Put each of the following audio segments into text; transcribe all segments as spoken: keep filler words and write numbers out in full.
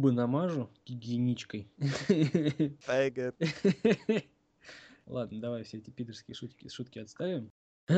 губы намажу гигиеничкой. Ладно, давай все эти пидорские шутки, шутки отставим.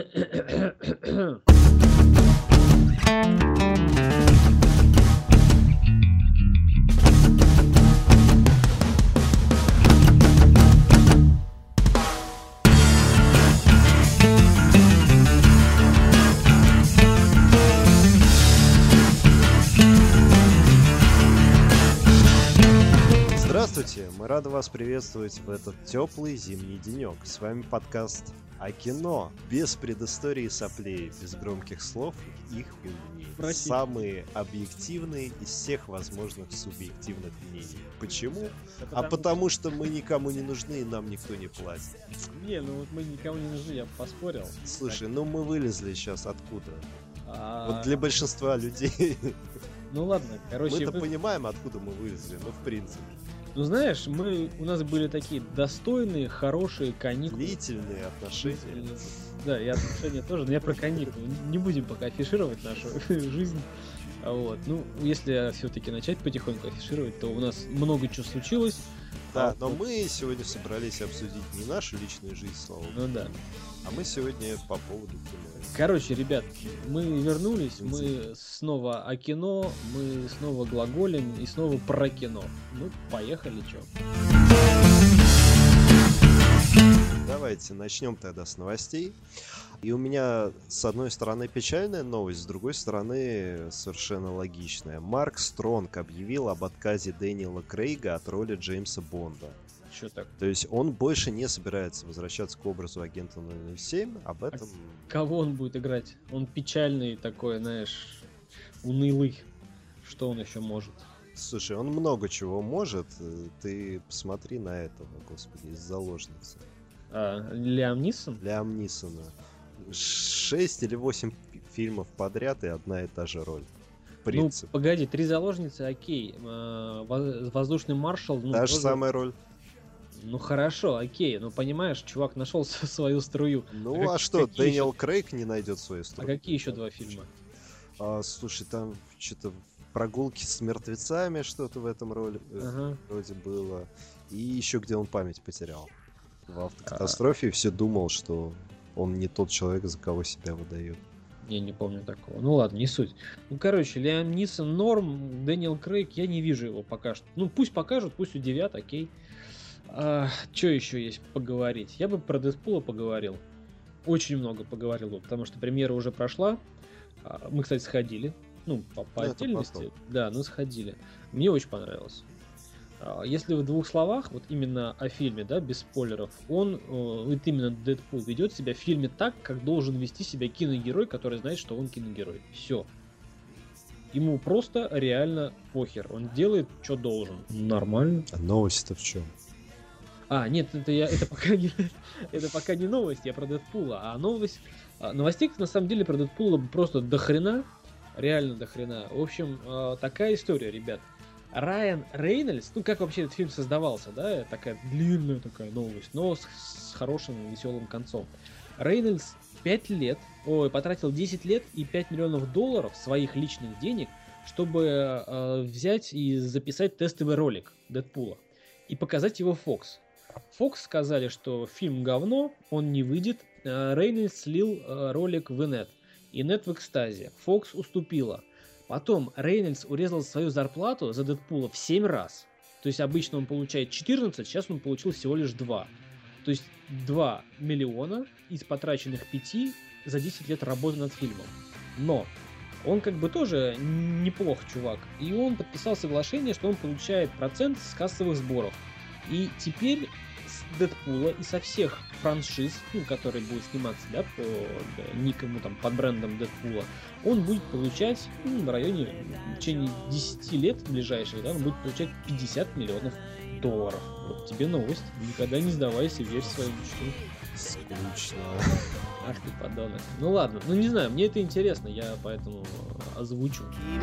Здравствуйте, мы рады вас приветствовать в этот теплый зимний денек. С вами подкаст о кино, без предыстории и соплей, без громких слов, их мнений. Простите. Самые объективные из всех возможных субъективных мнений. Почему? Да А потому что мы никому не нужны и нам никто не платит. Не, ну вот мы никому не нужны, я бы поспорил. Слушай, ну мы вылезли сейчас откуда? А, Вот для большинства людей. Ну ладно, короче, Мы-то вы- понимаем, откуда мы вылезли, ну в принципе. ну знаешь, мы у нас были такие достойные, хорошие каникулы. Длительные отношения. Да, и отношения тоже, но я про каникулы. Не будем пока афишировать нашу жизнь. А Вот. Ну, если все-таки начать потихоньку афишировать, то у нас много чего случилось. Да, А, но вот. мы сегодня собрались обсудить не нашу личную жизнь, слава богу, Ну да. а мы сегодня по поводу кино. Короче, ребят, мы вернулись, мы снова о кино, мы снова глаголим и снова про кино. Ну, поехали, чё. Давайте начнем тогда с новостей. И у меня с одной стороны печальная новость, с другой стороны совершенно логичная. Марк Стронг объявил об отказе Дэниела Крейга от роли Джеймса Бонда. Чё так? То есть он больше не собирается возвращаться к образу агента ноль ноль семь. Об этом... Кого он будет играть? Он печальный такой, знаешь, унылый. Что он еще может? Слушай, он много чего может. Ты посмотри на этого, господи, из «Заложницы». А, Лиам Нисон? Лиам Нисона. Шесть или восемь фи- фильмов подряд и одна и та же роль. Принцип. Ну, погоди, «Три заложницы», окей. А, воз- «Воздушный маршал», ну, Та же тоже- самая роль. Ну, хорошо, окей. Ну, понимаешь, чувак нашел свою струю. Ну, как- а что, какие Дэниел еще- Крейг не найдет свою А сторону? какие еще два фильма? А, слушай, там что-то прогулки с мертвецами, что-то в этом роли э, Ага. вроде было. И еще где он память потерял. В автокатастрофе и все думал, что он не тот человек, за кого себя выдает. Я не помню такого. Ну ладно, не суть. Ну, короче, Лиам Нисон норм, Дэниел Крейг, я не вижу его пока что. Ну, пусть покажут, пусть удивят, окей. А, что еще есть поговорить? Я бы про Дэдпула поговорил. Очень много поговорил бы, потому что премьера уже прошла. А, Мы, кстати, сходили. Ну, по, по Ну, это отдельности. потом. Да, ну сходили. Мне очень понравилось. А, Если в двух словах, вот именно о фильме, да, без спойлеров, он, э, вот именно Дэдпул, ведет себя в фильме так, как должен вести себя киногерой, который знает, что он киногерой. Все. Ему просто реально похер. Он делает, что должен. Нормально. А новость-то в чем? А, нет, это я, это пока не, это пока не новость, я про Дэдпула. А новость, а, новостей на самом деле про Дэдпула просто до хрена, реально до хрена. В общем, а, такая история, ребят. Райан Рейнольдс, ну как вообще этот фильм создавался, да, такая длинная такая новость, но с, с хорошим веселым концом. Рейнольдс пять лет, ой, потратил десять лет и пять миллионов долларов своих личных денег, чтобы э, взять и записать тестовый ролик Дэдпула и показать его Fox. Fox сказали, что фильм говно, он не выйдет. Э, Рейнольдс слил э, ролик в инет. Инет в экстазе. Fox уступила. Потом Рейнольдс урезал свою зарплату за Дэдпула в семь раз. То есть обычно он получает четырнадцать, сейчас он получил всего лишь два. То есть два миллиона из потраченных пяти за десять лет работы над фильмом. Но он как бы тоже неплох чувак. И он подписал соглашение, что он получает процент с кассовых сборов. И теперь с Дэдпула и со всех франшиз, ну, которые будут сниматься, да, по да, никому там под брендом Дэдпула, он будет получать ну, в районе в течение десяти лет ближайших, да, он будет получать пятьдесят миллионов долларов. Вот тебе новость. Никогда не сдавайся, верь в свою мечту. Скучно. Ах ты подонок. Ну ладно, ну не знаю, мне это интересно, я поэтому озвучу.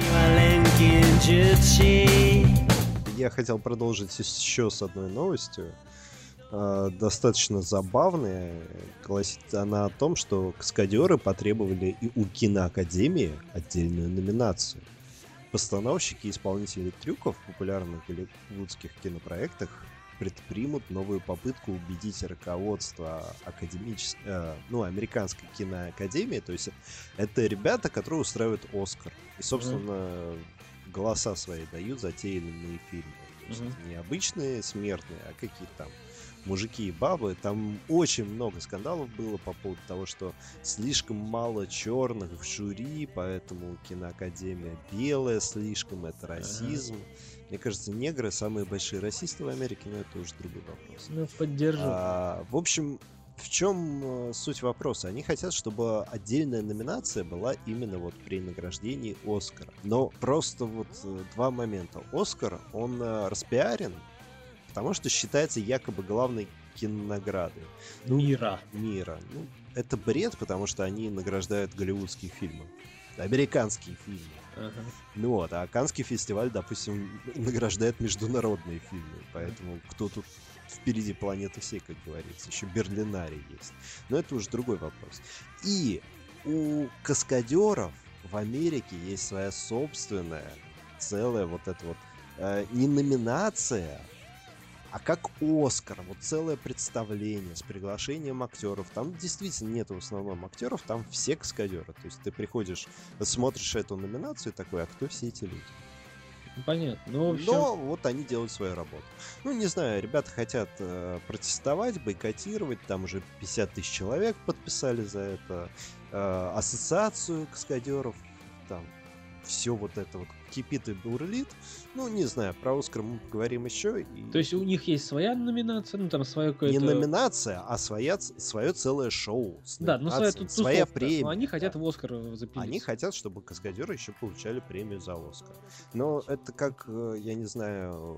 Я хотел продолжить еще с одной новостью. э, достаточно забавная. Гласит она о том, что каскадеры потребовали и у киноакадемии отдельную номинацию. постановщики и исполнители трюков в популярных голливудских кинопроектах предпримут новую попытку убедить руководство академичес... э, ну, американской киноакадемии. То есть это ребята, которые устраивают Оскар. И, собственно, mm-hmm. голоса свои дают за те или иные фильмы. То есть mm-hmm. не обычные смертные, а какие-то там мужики и бабы. Там очень много скандалов было по поводу того, что слишком мало черных в жюри, поэтому киноакадемия белая слишком, это расизм. Uh-huh. Мне кажется, негры самые большие расисты в Америке, но это уже другой вопрос. Ну, поддержу. А, в общем, в чем суть вопроса? Они хотят, чтобы отдельная номинация была именно вот при награждении Оскара. Но просто вот два момента. Оскар, он распиарен, потому что считается якобы главной кинонаградой. Ну, мира. Мира. Ну, это бред, потому что они награждают голливудские фильмы. Американские фильмы. Ага. Ну вот, а Каннский фестиваль, допустим, награждает международные фильмы. Поэтому кто тут впереди планеты всей, как говорится. Еще Берлинарий есть. Но это уже другой вопрос. И у каскадеров в Америке есть своя собственная целая вот эта вот э, не номинация, а как Оскар, вот целое представление с приглашением актеров. Там действительно нет в основном актеров, там все каскадеры. То есть ты приходишь, смотришь эту номинацию и такой, а кто все эти люди? Понятно. Но, общем... Но вот они делают свою работу. Ну, не знаю, ребята хотят э, протестовать, бойкотировать. Там уже пятьдесят тысяч человек подписали за это. Э, ассоциацию каскадеров. Там все вот это вот кипит и бурлит. Ну, не знаю, про Оскар мы поговорим еще. И... То есть у них есть своя номинация, ну там свое какое-то... Не номинация, а своя, свое целое шоу. Да, ну своя, тут своя премия. Но они хотят да. в Оскар запилить. Они хотят, чтобы каскадеры еще получали премию за Оскар. Но это как, я не знаю...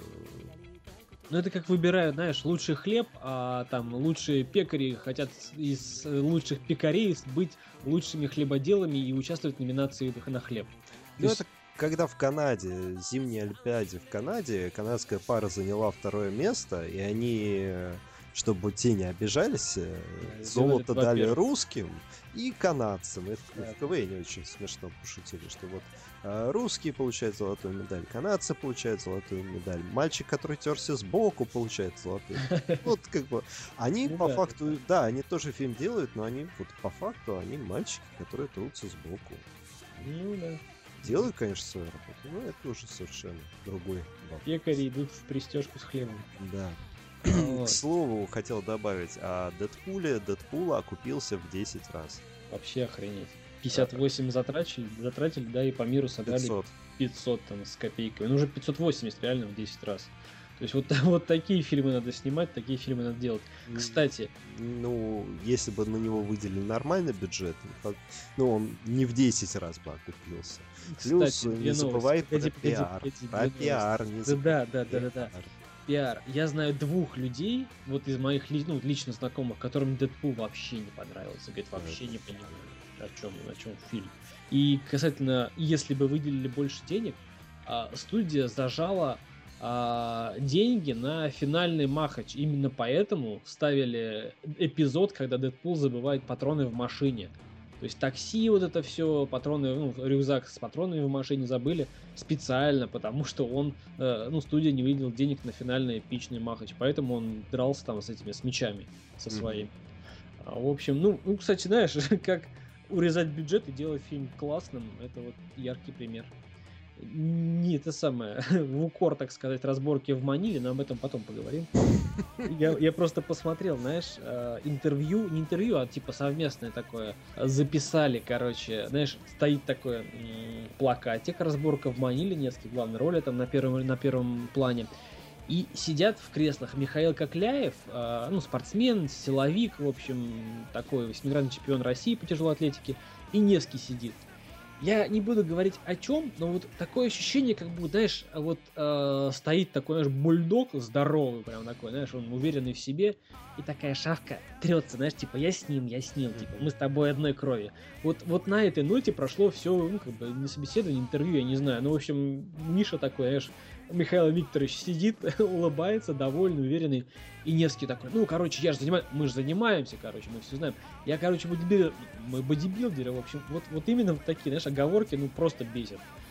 Ну, это как выбирают, знаешь, лучший хлеб, а там лучшие пекари хотят из лучших пекарей быть лучшими хлебоделами и участвовать в номинации на хлеб. Ну, есть... это когда в Канаде, зимней Олимпиаде в Канаде, канадская пара заняла второе место, и они, чтобы те не обижались, да, золото дали русским и канадцам. Это да. В КВН очень смешно пошутили, что вот русские получают золотую медаль, канадцы получают золотую медаль, мальчик, который терся сбоку, получает золотую. Вот как бы они по факту, да, они тоже фильм делают, но они вот по факту они мальчики, которые трутся сбоку. Ну да. Делают, конечно, свою работу, но это уже совершенно другой вопрос. Пекари идут в пристежку с хлебом. Да. К слову, хотел добавить, о Дэдпуле, Дэдпула окупился в десять раз. Вообще охренеть. пятьдесят восемь затратили, затратили, да, и по миру собрали пятьсот, пятьсот там с копейкой. Ну, уже пятьсот восемьдесят реально в десять раз. То есть вот, вот такие фильмы надо снимать, такие фильмы надо делать. Кстати... Ну, если бы на него выделили нормальный бюджет, ну, он не в десять раз бы окупился. Плюс Кстати, не забывай погоди, про погоди, пиар. погоди, про пиар не забывай. Да, да, да, да, да. Пиар. Я знаю двух людей, вот из моих ну, лично знакомых, которым Дэдпул вообще не понравился. Говорит, вообще не понимаю, о чем, о чем фильм. И касательно, если бы выделили больше денег, студия зажала а, деньги на финальный махач. Именно поэтому ставили эпизод, когда Дэдпул забывает патроны в машине. То есть такси, вот это все, патроны, ну, рюкзак с патронами в машине забыли специально, потому что он, э, ну, студия не выделил денег на финальный эпичный махач, поэтому он дрался там с этими, с мечами, со своими. Mm-hmm. А, в общем, ну, ну, кстати, знаешь, как урезать бюджет и делать фильм классным, это вот яркий пример. Не это самое, в укор, так сказать, разборки в Маниле, но об этом потом поговорим. Я, я просто посмотрел, знаешь, интервью, не интервью, а типа совместное такое. Записали, короче, знаешь, стоит такой м- плакатик, разборка в Маниле, несколько главной роли там на первом, на первом плане. И сидят в креслах Михаил Кокляев, э, ну, спортсмен, силовик, в общем, такой восьмикратный чемпион России по тяжелой атлетике, и Невский сидит. Я не буду говорить о чем, но вот такое ощущение, как бы, знаешь, вот э, стоит такой, знаешь, бульдог здоровый, прям такой, знаешь, он уверенный в себе, и такая шавка трется, знаешь, типа, я с ним, я с ним, типа, мы с тобой одной крови. Вот, вот на этой ноте прошло все, ну, как бы, не собеседование, интервью, я не знаю, ну, в общем, Миша такой, знаешь, Михаил Викторович сидит, улыбается, довольный, уверенный, и Невский такой, ну, короче, я же занимаюсь, мы же занимаемся, короче, мы все знаем. Я, короче, бодибилдер, мы бодибилдеры, в общем, вот, вот именно такие, знаешь, оговорки, ну, просто бесят.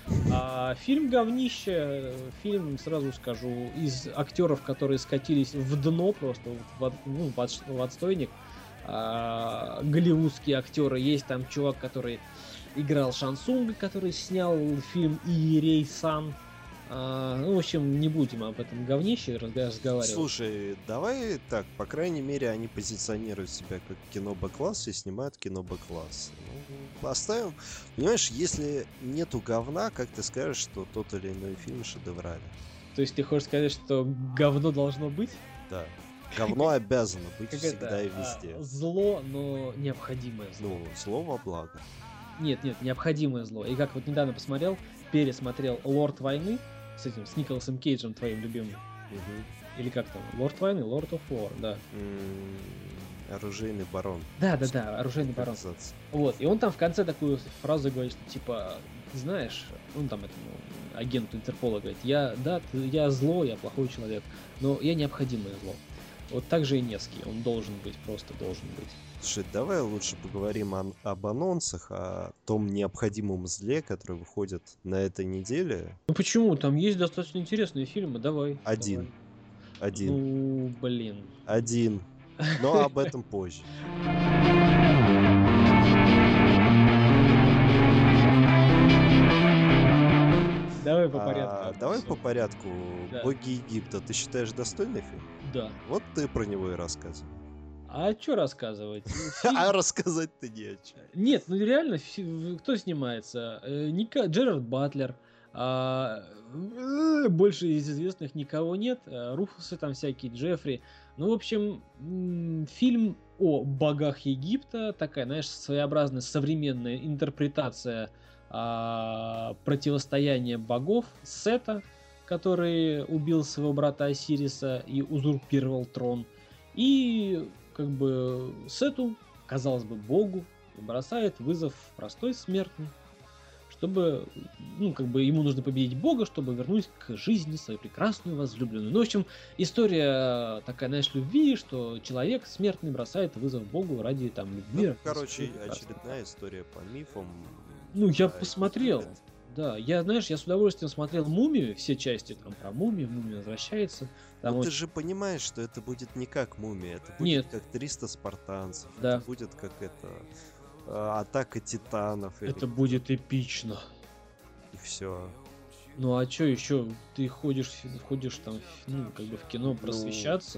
А фильм говнище, фильм, сразу скажу, из актеров, которые скатились в дно просто, в, ну, в отстойник. А, голливудские актеры. Есть там чувак, который играл Шансунга, который снял фильм Иерей Сан. А, ну, в общем, не будем об этом говнище разговаривать. Слушай, давай так, по крайней мере, они позиционируют себя как кино Б-класс и снимают кино Б-класс. Ну, оставим. Понимаешь, если нету говна, как ты скажешь, что тот или иной фильм шедеврален? То есть ты хочешь сказать, что говно должно быть? Да. Говно обязано быть всегда и везде. Зло, но необходимое зло. Ну, зло во благо. Нет, нет, необходимое зло. И как вот недавно посмотрел, пересмотрел «Лорд войны» с этим, с Николасом Кейджем, твоим любимым. Угу. Или как там? «Лорд войны», «Lord of War», да. М-м, оружейный барон. Да, да, да, оружейный барон. Вот, и он там в конце такую фразу говорит, что типа, знаешь, он там этому агенту Интерпола говорит, я, да, я зло, я плохой человек, но я необходимое зло. Вот так же и Невский, он должен быть, просто должен быть. Слушай, давай лучше поговорим о, об анонсах, о том необходимом зле, который выходит на этой неделе. Ну почему? Там есть достаточно интересные фильмы, давай. Один. Давай. Один. Ну, блин. Один. Но об этом позже. Давай по порядку. А, давай по порядку. Да. «Боги Египта» ты считаешь достойный фильм? Да. Вот ты про него и рассказывай. А что рассказывать? А рассказать-то не о чем. Нет, ну реально, кто снимается? Ника, Джерард Батлер. А, больше из известных никого нет. Руфусы там всякие, Джеффри. Ну, в общем, фильм о богах Египта. Такая, знаешь, своеобразная современная интерпретация а, противостояния богов Сета, который убил своего брата Осириса и узурпировал трон. И как бы Сету, казалось бы, богу, бросает вызов простой смертный, чтобы, ну, как бы ему нужно победить бога, чтобы вернуть к жизни свою прекрасную возлюбленную. Ну, в общем, история такая, знаешь, любви, что человек смертный бросает вызов богу ради, там, любви. Ну, короче, очередная история по мифам. Ну, я посмотрел. Да, я, знаешь, я с удовольствием смотрел «Мумию», все части там про мумию, «Мумия возвращается». Ну, очень... ты же понимаешь, что это будет не как «Мумия», это будет Нет. как триста спартанцев, да. это будет как это «Атака титанов». Это или... будет эпично. И все. Ну, а что еще? Ты ходишь, ходишь там, ну, как бы в кино просвещаться?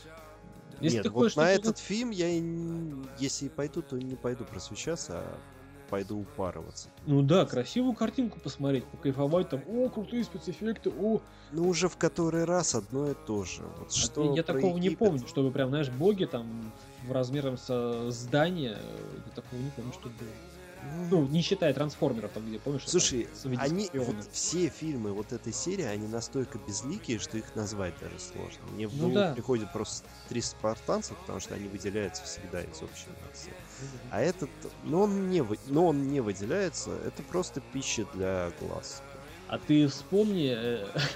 Ну... Если Нет, ты вот на этот фильм я, если и пойду, то не пойду просвещаться, а пойду упарываться. Ну да, красивую картинку посмотреть, покайфовать там, о, крутые спецэффекты, о. Ну уже в который раз одно и то же. Вот а что ты, я такого Египет... не помню, чтобы прям, знаешь, боги там в размером со здания, я такого не помню, что было. Ну, не считая трансформеров, там где, помнишь? Слушай, там, они, вот все фильмы вот этой серии, они настолько безликие, что их назвать даже сложно. Мне в голову ну, да. приходит просто три спартанцев, потому что они выделяются всегда из общей нации. Mm-hmm. А этот, ну он, не, ну он не выделяется, это просто пища для глаз. А ты вспомни,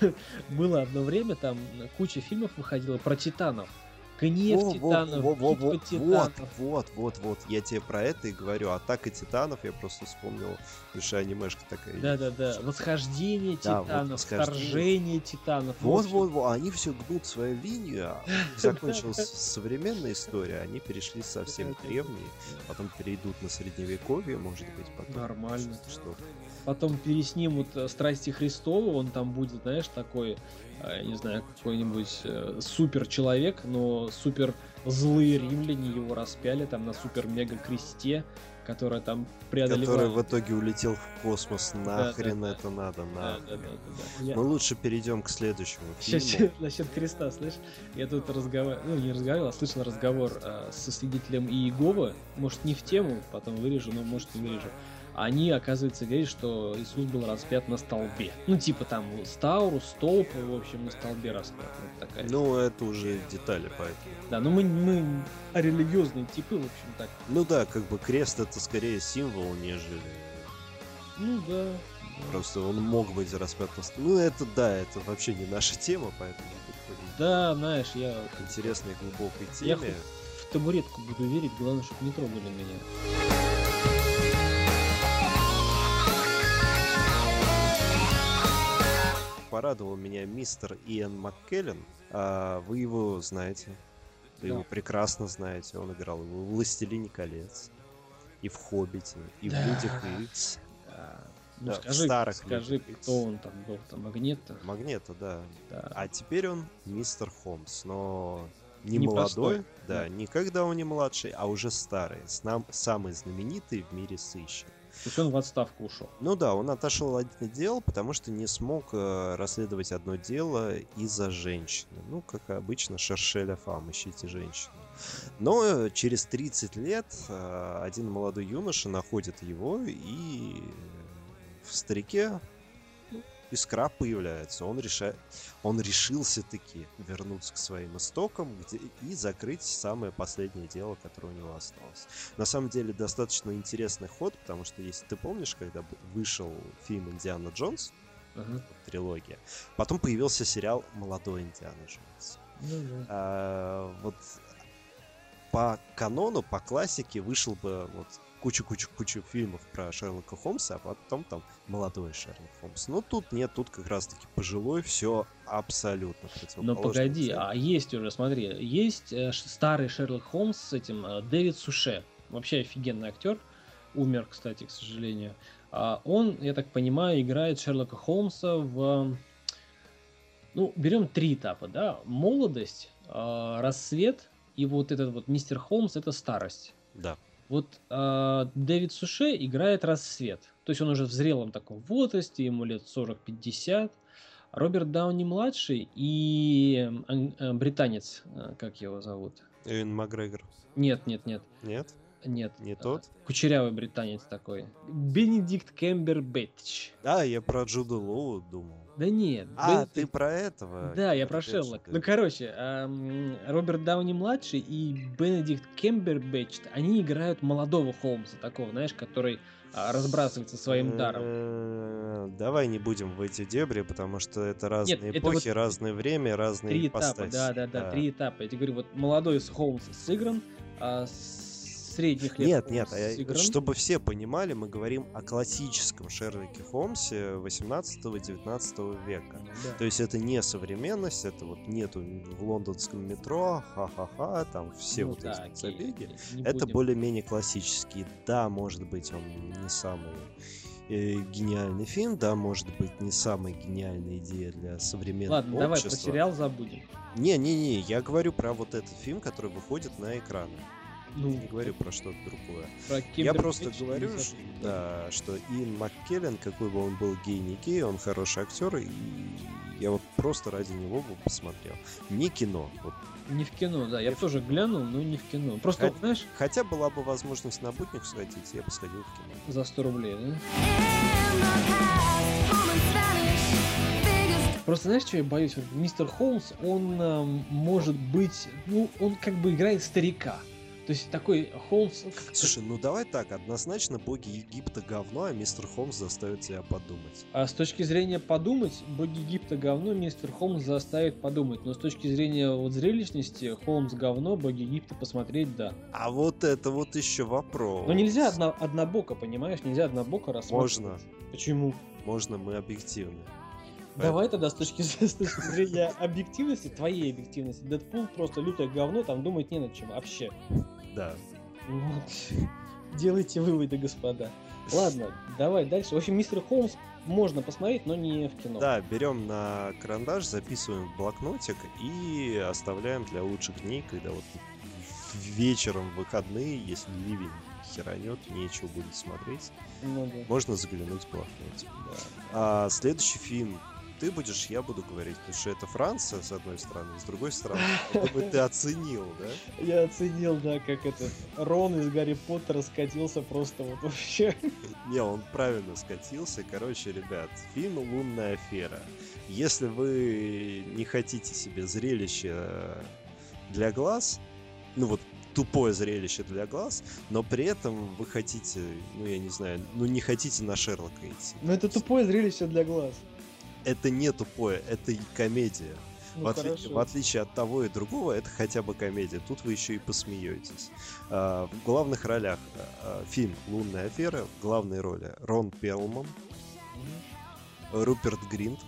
было одно время, там куча фильмов выходила про титанов. Гнев во, титанов, во, во, во, титанов. Вот, вот, вот, я тебе про это и говорю. «Атака титанов», я просто вспомнил, большая анимешка такая. Да-да-да, «Восхождение да, титанов», вот, «Вторжение титанов». Вот, вот, вот, они все гнут свою линию, а закончилась современная история, они перешли совсем к древней, потом перейдут на средневековье, может быть, потом. Нормально. Что? Потом переснимут «Страсти Христовы», он там будет, знаешь, такой, я не знаю, какой-нибудь э, супер человек, но супер злые римляне его распяли там на супер-мега-кресте, которая там преодолевала... Который в итоге улетел в космос. Нахрен да, да, это да. надо, нахрен. Да, да, да, да. Мы я... лучше перейдем к следующему фильму. Сейчас, насчет креста, слышь, я тут разговаривал, ну не разговаривал, а слышал разговор э, со свидетелем Иеговы, может не в тему, потом вырежу, но может не вырежу. Они, оказывается, говорят, что Иисус был распят на столбе. Ну, типа там стаурус, столб, в общем, на столбе распят. Вот такая. Ну, это уже детали, поэтому. Да, но мы, мы религиозные типы, в общем, так. Ну да, как бы крест это скорее символ, нежели... Ну да. Просто он мог быть распят на столбе. Ну, это да, это вообще не наша тема, поэтому... Да, знаешь, я... Интересной, глубокой теме. Я в табуретку буду верить, главное, чтобы не трогали меня. порадовал меня мистер Иэн Маккеллен. А, вы его знаете. Вы Да. его прекрасно знаете. Он играл его в «Властелине колец», и в «Хоббите», и Да. в «Людях Икс». Да. Ну, Да, в скажи, старых скажи, Людях Икс. кто он там был, там Магнето. Магнето, да. Да. А теперь он мистер Холмс, но не Непростой, молодой, да, да. не когда он не младший, а уже старый, снам- самый знаменитый в мире сыщик. То есть он в отставку ушел. Ну да, он отошел от дел, потому что не смог э, расследовать одно дело из-за женщины. Ну, как обычно, шершеля фам, ищите женщину. Но э, через тридцать лет э, один молодой юноша находит его, и в старике ну, искра появляется. Он, решает, он решился-таки вернуться к своим истокам где, и закрыть самое последнее дело, которое у него осталось. На самом деле достаточно интересный ход, потому что, если ты помнишь, когда вышел фильм «Индиана Джонс», Ага. трилогия, потом появился сериал «Молодой Индиана Джонс». Ну, да. А, вот по канону, по классике вышел бы вот кучу-кучу-кучу фильмов про Шерлока Холмса, а потом там молодой Шерлок Холмс. Но тут нет, тут как раз-таки пожилой, все абсолютно противоположно. Но погоди, а есть уже, смотри, есть э, ш- старый Шерлок Холмс с этим э, Дэвид Суше. Вообще офигенный актер. Умер, кстати, к сожалению. А он, я так понимаю, играет Шерлока Холмса в... э, Ну, берем три этапа, да? Молодость, э, рассвет и вот этот вот мистер Холмс — это старость. Да. Вот э, Дэвид Суше играет рассвет. То есть он уже в зрелом таком возрасте, ему лет сорок-пятьдесят. Роберт Дауни-младший и э, э, британец, э, как его зовут? Эван Макгрегор. Нет, нет, нет, Нет? нет. Не э, тот? Кучерявый британец такой. Бенедикт Кембербэтч. Да, я про Джуда Лоу думал. Да нет. А, Бен- ты про этого? Да, я про Кембербэтча, Шерлока. да. Ну, короче, эм, Роберт Дауни-младший и Бенедикт Кембербэтч, они играют молодого Холмса, такого, знаешь, который а, разбрасывается своим даром. Э, Давай не будем в эти дебри, потому что это разные это эпохи, вот разное время, разные Три этапа, ипостаси. да, да, да, три этапа. Я тебе говорю, вот молодой Холмс сыгран, а с средних лет Нет, нет, Холмс а я- сыгран. чтобы все понимали, мы говорим о классическом Шерлоке Холмсе восемнадцатого-девятнадцатого века. Ну да. То есть это не современность, это вот нету в лондонском метро, ха-ха-ха, там все Ну вот да, эти окей, забеги. окей, не Это будем. более-менее классический. Да, может быть, он не самый э, гениальный фильм, да, может быть, не самая гениальная идея для современного Ладно, давай про общества. сериал забудем. Не-не-не, я говорю про вот этот фильм, который выходит на экраны. Ну, Не говорю про что-то другое. про Я Кембербэтча просто не говорю, забудем, что, да. да, что Иэн Маккеллен, какой бы он был гей, не гей, он хороший актер, и я вот просто ради него бы посмотрел. Не кино. Вот. Не в кино, да. Я бы тоже глянул, но не в кино. Просто, Хот- знаешь, Хотя была бы возможность на будник сходить, я бы сходил в кино. за сто рублей, да? Просто знаешь, что я боюсь? Вот мистер Холмс, он э, может быть, ну, он как бы играет старика. То есть такой Холмс... ну, как- Слушай, ну давай так, однозначно боги Египта говно, а мистер Холмс заставит тебя подумать. А с точки зрения подумать, боги Египта говно, мистер Холмс заставит подумать. Но с точки зрения вот зрелищности, Холмс говно, боги Египта посмотреть, да. А вот это вот еще вопрос. Но нельзя одно, однобоко, понимаешь? Нельзя однобоко рассматривать. Можно. Почему? Можно, мы объективны. Давай тогда с точки, с точки зрения объективности, твоей объективности, Дэдпул просто лютое говно, там думать не над чем вообще. Да. Вот. Делайте выводы, господа. Ладно, давай дальше. В общем, мистер Холмс можно посмотреть, но не в кино. Да, берем на карандаш, записываем в блокнотик и оставляем для лучших дней, когда вот вечером в выходные, если ливень херанет, нечего будет смотреть, Ну да, можно заглянуть в блокнотик. да. А следующий фильм ты будешь, я буду говорить, потому что это Франция, с одной стороны, с другой стороны, я думаю, ты оценил, да? Я оценил, да, как этот Рон из Гарри Поттера скатился просто вот вообще. Не, он правильно скатился. Короче, ребят, фильм «Лунная афера». Если вы не хотите себе зрелище для глаз, ну вот тупое зрелище для глаз, но при этом вы хотите, ну я не знаю, ну не хотите на Шерлока идти. Но это тупое зрелище для глаз. Это не тупое, это и комедия. Ну, в, отли- хорошо. в отличие от того и другого, это хотя бы комедия. Тут вы еще и посмеетесь. А, в главных ролях а, фильм «Лунная афера», в главной роли Рон Перлман, Мгм. Руперт Гринт,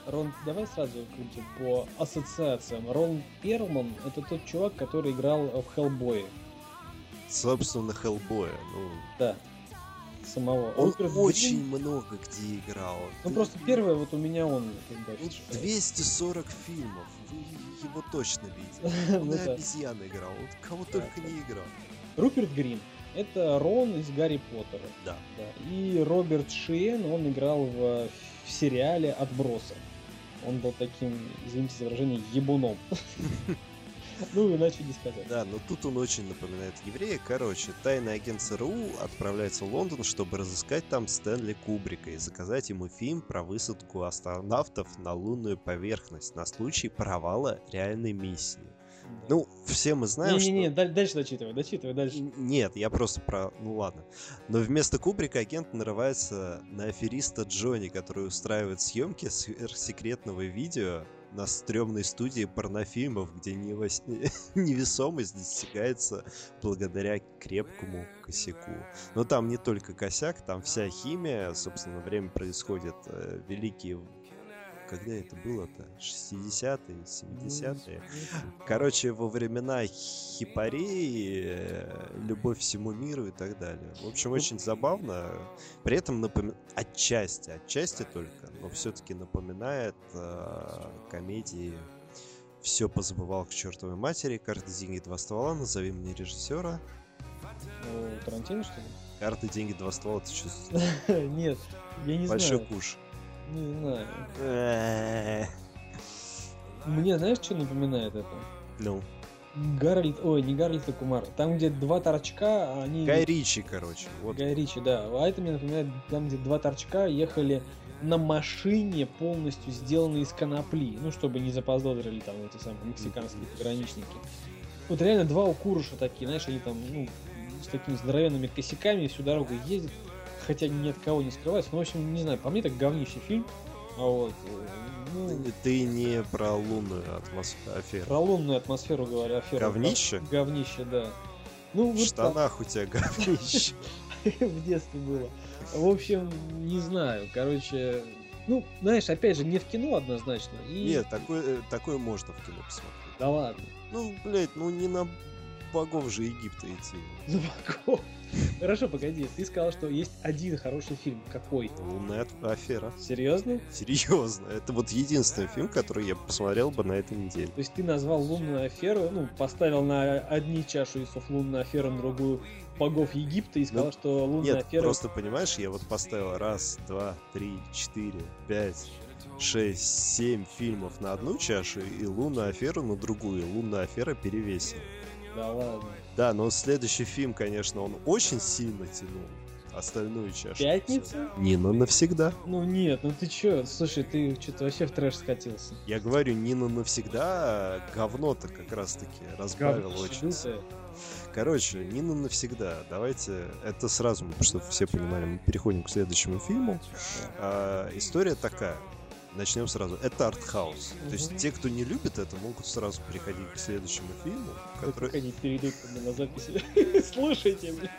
Рон, давай сразу крутим по ассоциациям. Рон Перлман — это тот чувак, который играл в Хеллбое. Собственно, Хеллбоя. Ну, да. Самого. Он Руперт очень Грин. много где играл. Ну Ты- просто первое вот у меня он когда Ну, встречал. двести сорок фильмов. Вы его точно видели. Он Ну и да. обезьян играл. Он кого Да. только не играл. Руперт Грин. Это Рон из Гарри Поттера. Да. Да. И Роберт Шиен, он играл в, в сериале «Отбросы». Он был таким, извините за выражение, ебуном. Ну, иначе не сказать. Да, но тут он очень напоминает еврея. Короче, тайный агент ЦРУ отправляется в Лондон, чтобы разыскать там Стэнли Кубрика и заказать ему фильм про высадку астронавтов на лунную поверхность на случай провала реальной миссии. Ну, все мы знаем, Не-не-не, что... даль- дальше дочитывай, дочитывай дальше. Н- Нет, я просто про... Ну ладно. Но вместо Кубрика агент нарывается на афериста Джонни, который устраивает съемки сверхсекретного видео на стрёмной студии порнофильмов, где невос- невесомость достигается благодаря крепкому косяку. Но там не только косяк, там вся химия. Собственно, время происходит э, великие... Когда это было-то? шестидесятые, семидесятые? Короче, во времена хипарей, э, любовь всему миру и так далее. В общем, очень забавно. При этом напом... отчасти, отчасти только, но все-таки напоминает э, комедии «Все позабывал к чертовой матери», «Карты, деньги, два ствола», «Назови мне режиссера». Ну, Тарантино, что ли? «Карты, деньги, два ствола» — это что? Нет, я не Большой знаю. куш. Не знаю. Э, Мне знаешь, что напоминает это? Ну, Гарольд, ой, не Гарольд, а Кумар. Там, где два торчка, а они... Гай Ричи, короче. Вот. Гай Ричи, да. А это мне напоминает, там, где два торчка ехали на машине, полностью сделанной из конопли. Ну, чтобы не заподозрили там эти самые мексиканские пограничники. Вот реально два укурыша такие, знаешь, они там, ну, с такими здоровенными косяками всю дорогу ездят. Хотя ни от кого не скрываются. Ну, в общем, не знаю, по мне так говнище фильм. А вот, э, ну, Ты не про лунную атмосферу. про лунную атмосферу говорю, аферу. Говнище? Говнище, да. Ну, В вот штанах у тебя говнище. так в детстве было. В общем, не знаю, короче... Ну, знаешь, опять же, не в кино однозначно. И... Нет, такое, э, такое можно в кино посмотреть. Да ладно. Ну, блядь, ну не на богов же Египта идти. Ну, какого? Хорошо, погоди, ты сказал, что есть один хороший фильм. Какой? Лунная афера. Серьезно? Серьезно, это вот единственный фильм, который я посмотрел бы на этой неделе. То есть ты назвал «Лунную аферу», ну, поставил на одни чашу весов «Лунную аферу», на другую «Богов Египта» и сказал, Ну, что «Лунная Нет, афера»... просто понимаешь, я вот поставил раз, два, три, четыре, пять, шесть, семь фильмов на одну чашу и «Лунную аферу» на другую. «Лунная афера» перевесил. Да ладно. Да, но следующий фильм, конечно, он очень сильно тянул остальную чашу. «Пятница»? Нина навсегда. Ну нет, ну ты чё? Слушай, ты что-то вообще в трэш скатился. Я говорю, Нина навсегда, а говно-то как раз-таки разбавил Говнище очень. лютое. Короче, Нина навсегда. Давайте это сразу, чтобы все понимали, мы переходим к следующему фильму. А, история такая. Начнем сразу. Это артхаус. То есть Мгм. те, кто не любит это, могут сразу переходить к следующему фильму, Как который... они перейдут ко мне на записи. Слушайте, блин.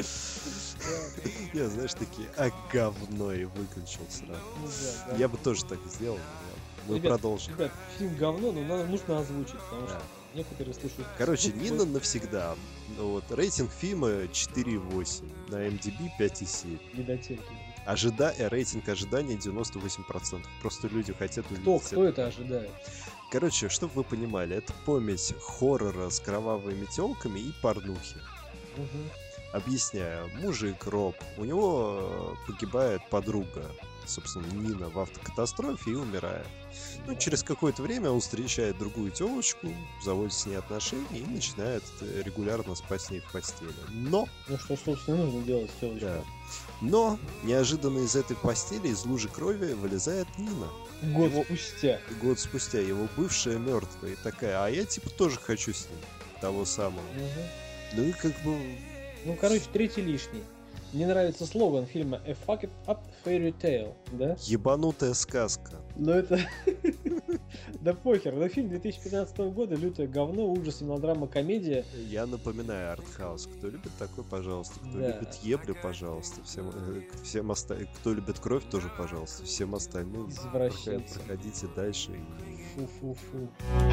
Я, знаешь, такие, а говно, и выключил сразу. Ну да, да. Я бы тоже так сделал. но Мы Ребят, продолжим. Ребят, фильм говно, но надо, нужно озвучить, потому Да. что некоторые слушают. Короче, Ну, Нина навсегда. Ну вот, рейтинг фильма четыре и восемь, на эм ди би пять и семь. Медотеки. Ожида... э, Рейтинг ожидания девяносто восемь процентов. Просто люди хотят увидеть Кто, кто это ожидает? Короче, чтобы вы понимали, это помесь хоррора с кровавыми телками и порнухи. Мгм. Объясняю. Мужик Роб, у него э, погибает подруга, собственно, Нина, в автокатастрофе и умирает. Ну, через какое-то время он встречает другую телочку, заводит с ней отношения и начинает э, регулярно спать с ней в постели. Но, Ну что, собственно, нужно делать с телочкой? да, но неожиданно из этой постели, из лужи крови, вылезает Нина. Год Его- спустя. Год спустя его бывшая мертвая и такая, а я типа тоже хочу с ним того самого. Мгм. Ну и как бы... Ну, короче, третий лишний. Мне нравится слоган фильма A Fucked Up Fairy Tale, да? Ебанутая сказка. Но это... Да похер, но фильм две тысячи пятнадцатого года, лютое говно, ужас, мелодрама, комедия. Я напоминаю, артхаус. Кто любит такой, пожалуйста. Кто Да. любит еблю, пожалуйста. Всем, э, всем оста... Кто любит кровь, тоже, пожалуйста. Всем остальным Извращенцы. проходите дальше. И... Фу-фу-фу.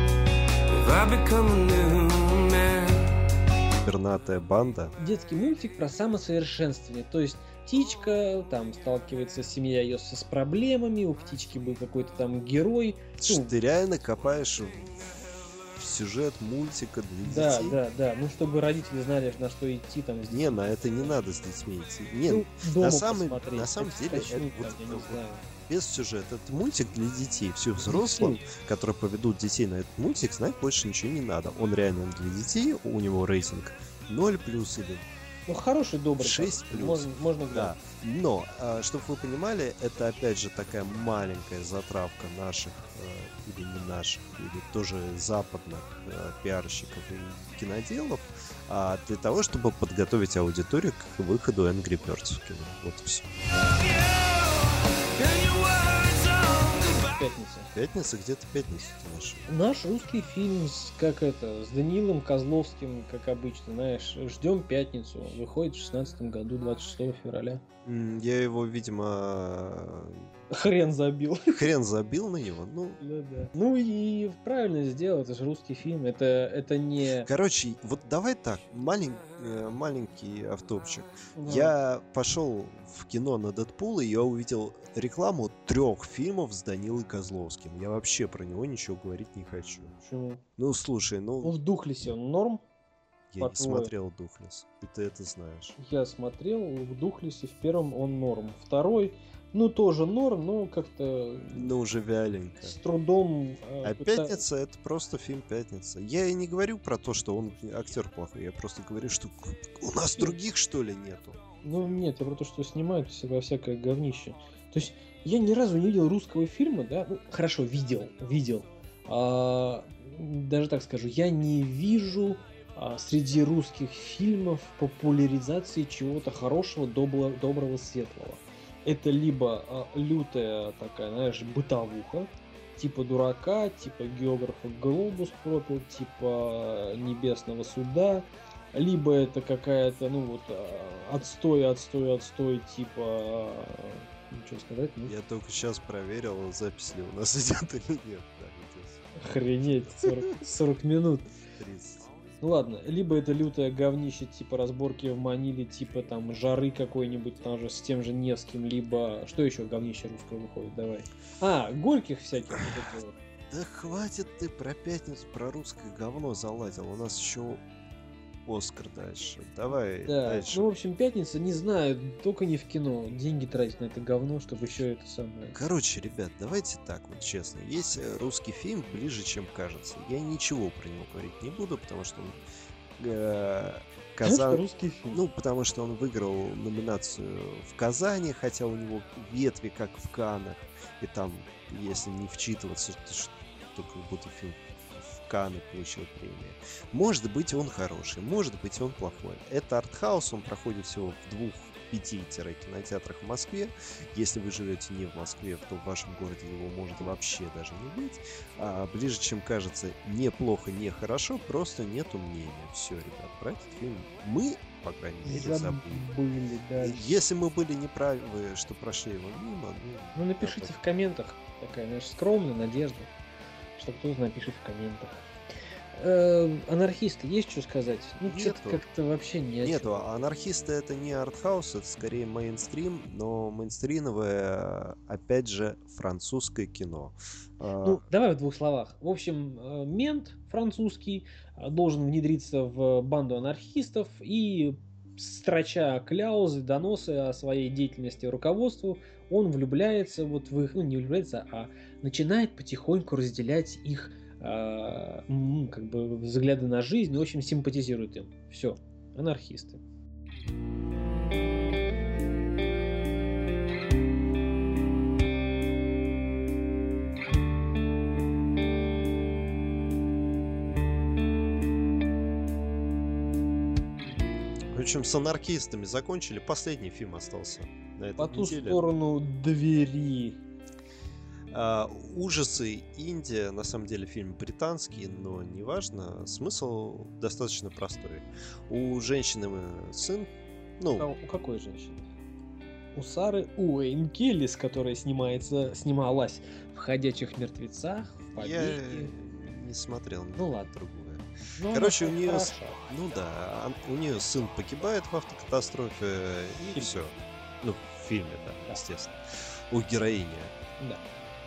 Пернатая банда. Детский мультик про самосовершенствование. То есть птичка, там сталкивается семья ее с, с проблемами, у птички был какой-то там герой. Ну, Ты реально копаешь в сюжет мультика для да, детей? да, да. Ну, чтобы родители знали, на что идти там. С Не, на это не надо с детьми идти. Нет, ну, дома на, самом, посмотреть, на самом деле, это, скачнуть, вот, там, я не вот, знаю. без сюжета. Это мультик для детей. Все взрослым, которые поведут детей на этот мультик, знать больше ничего не надо. Он реально для детей, у него рейтинг ноль плюс или Ну, хороший, добрый. шесть плюс. Можно, можно да. Но, а, чтобы вы понимали, это опять же такая маленькая затравка наших, э, или не наших, или тоже западных э, пиарщиков и киноделов, а, для того, чтобы подготовить аудиторию к выходу Angry Birds в кино. Вот и все. Пятница. Пятница, где-то пятницу ты нашел. Наш русский фильм с, как это, с Даниилом Козловским, как обычно, знаешь, ждем пятницу. Выходит в шестнадцатом году, двадцать шестого февраля. М, Я его, видимо, Хрен забил. хрен забил на него. Ну, Ну да. Ну и правильно сделал, это же русский фильм. Это, это не... короче, вот давай так, малень- э, маленький автопчик. Ну, Я пошел в кино на Дэдпула, и я увидел рекламу трех фильмов с Данилой Козловским. Я вообще про него ничего говорить не хочу. Почему? Ну, слушай, Ну, ну, в Духлесе он норм. я не по-твоему? смотрел Духлес, и ты это знаешь. Я смотрел, в Духлесе в первом он норм. Второй, ну, тоже норм, но как-то Ну, уже вяленько. с трудом... э, А пыта- «Пятница» — это просто фильм «Пятница». Я и не говорю про то, что он актер плохой, я просто говорю, что у нас других, что ли, нету. Ну, нет, я про то, что снимают во всякое говнище. То есть, я ни разу не видел русского фильма, да, ну, хорошо, видел, видел. А, даже так скажу, я не вижу а, среди русских фильмов популяризации чего-то хорошего, доброго, доброго, светлого. Это либо а, лютая такая, знаешь, бытовуха, типа дурака, типа географа глобус пропил, типа небесного суда, либо это какая-то, ну вот, а, отстой, отстой, отстой, типа, а, ну, что сказать, ну, Я только сейчас проверил, запись ли у нас идет или нет. Да, идет. охренеть, сорок, сорок минут. тридцать. Ну ладно, либо это лютое говнище, типа разборки в Маниле, типа там жары какой-нибудь, там же с тем же Невским, либо... Что еще говнище русское выходит, давай. А, Горьких всяких. Вот это вот. Да хватит ты про пятницу, про русское говно залазил. У нас еще Оскар дальше. Давай Да, дальше. ну, в общем, пятница, не знаю, только не в кино. Деньги тратить на это говно, чтобы еще это самое... Короче, ребят, давайте так вот честно. Есть э, русский фильм «Ближе, чем кажется». Я ничего про него говорить не буду, потому что он... э, Потому Казан... что русский фильм. Ну, потому что он выиграл номинацию в Казани, хотя у него ветви как в Каннах. И там, если не вчитываться, то, что, то как будто фильм в Канны получил премию. Может быть, он хороший, может быть, он плохой. Это артхаус, он проходит всего в двух пяти-кинотеатрах в Москве. Если вы живете не в Москве, то в вашем городе его может вообще даже не быть. А ближе, чем кажется, неплохо, не хорошо, просто нету мнения. Все, ребят, про этот фильм мы, по крайней мере, забыли. Забыли, да. Если мы были неправы, что прошли его мимо, ну... Ну, напишите в комментах. Такая, знаешь, скромная надежда, что кто-то напишет в комментах. Э, анархисты, есть что сказать? Ну, что-то Нету. как-то вообще не о Нету, чём. анархисты это не артхаус, это скорее мейнстрим, но мейнстримовое, опять же, французское кино. А, Ну, давай в двух словах. В общем, э, мент французский э, должен внедриться в банду анархистов и, строча кляузы, доносы о своей деятельности руководству, он влюбляется вот в их, ну не влюбляется, а начинает потихоньку разделять их э, м, как бы взгляды на жизнь, и, в общем, симпатизирует им. Все, анархисты. В общем, с анархистами закончили. Последний фильм остался на этой По ту неделе. сторону двери. А, ужасы, Индия, на самом деле фильм британский, но неважно, смысл достаточно простой. У женщины сын, У, ну, кого- у какой женщины? У Сары Уэйн Келлис, которая снимается, снималась в «Ходячих мертвецах», в я «Побеге». не смотрел Ну ни ладно. другое. Но она Короче, у хо- нее, хороша. ну да, он- у нее сын погибает в автокатастрофе, и Фильм. все. Ну, в фильме, да, Да. естественно. У героини. Да.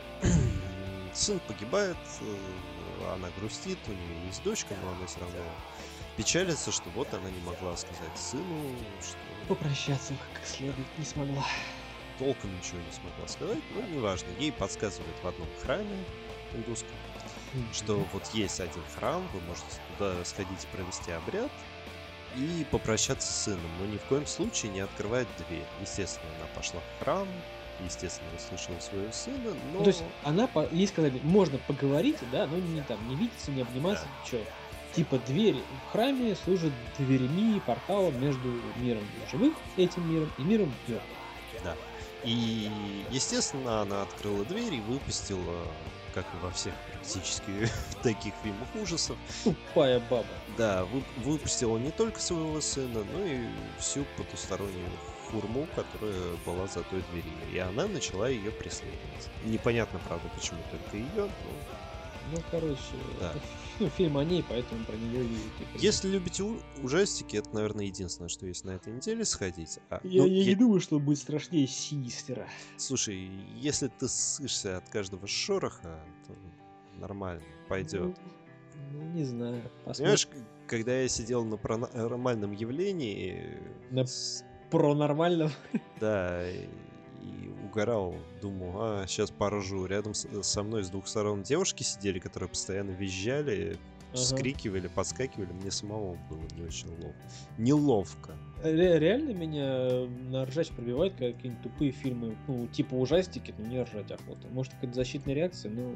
Сын погибает, э, она грустит, у нее есть дочка, но она все равно печалится, что вот она не могла сказать сыну, что Попрощаться как следует не смогла. толком ничего не смогла сказать, но неважно. Ей подсказывают в одном храме индусском, что вот есть один храм, вы можете туда сходить и провести обряд и попрощаться с сыном, но ни в коем случае не открывать дверь. Естественно, она пошла в храм, естественно, услышала своего сына, но... Ну, то есть она, по- ей сказали, можно поговорить, да, но не там, не видеться, не обниматься, Да. ничего. Типа дверь в храме служит дверями, порталом между миром живых, этим миром, и миром мертвых. Да. И, естественно, она открыла дверь и выпустила, как и во всех практически таких фильмах ужасов, Тупая баба. да, вы- выпустила не только своего сына, но и всю потустороннюю хурму, которая была за той дверью. И она начала ее преследовать. Непонятно, правда, почему только ее, но... Ну, короче, Да. это фи- ну, фильм о ней, поэтому про нее и типа, Если любите у- ужастики, это, наверное, единственное, что есть на этой неделе, сходить. А, Я, ну, я е- не думаю, что будет страшнее Синистера. Слушай, если ты ссышься от каждого шороха, то нормально, пойдет. Ну, ну, не знаю. Посмотрим. Понимаешь, к- когда я сидел на паранормальном явлении, На с- Про нормального. да, и, и угорал, думал, а, сейчас поржу. Рядом с- со мной с двух сторон девушки сидели, которые постоянно визжали, Ага. вскрикивали, подскакивали. Мне самому было не очень ловко. Неловко. Ре- Реально меня на ржач пробивает когда какие-нибудь тупые фильмы, ну, типа ужастики, но не ржать охота. Может, какая-то защитная реакция, но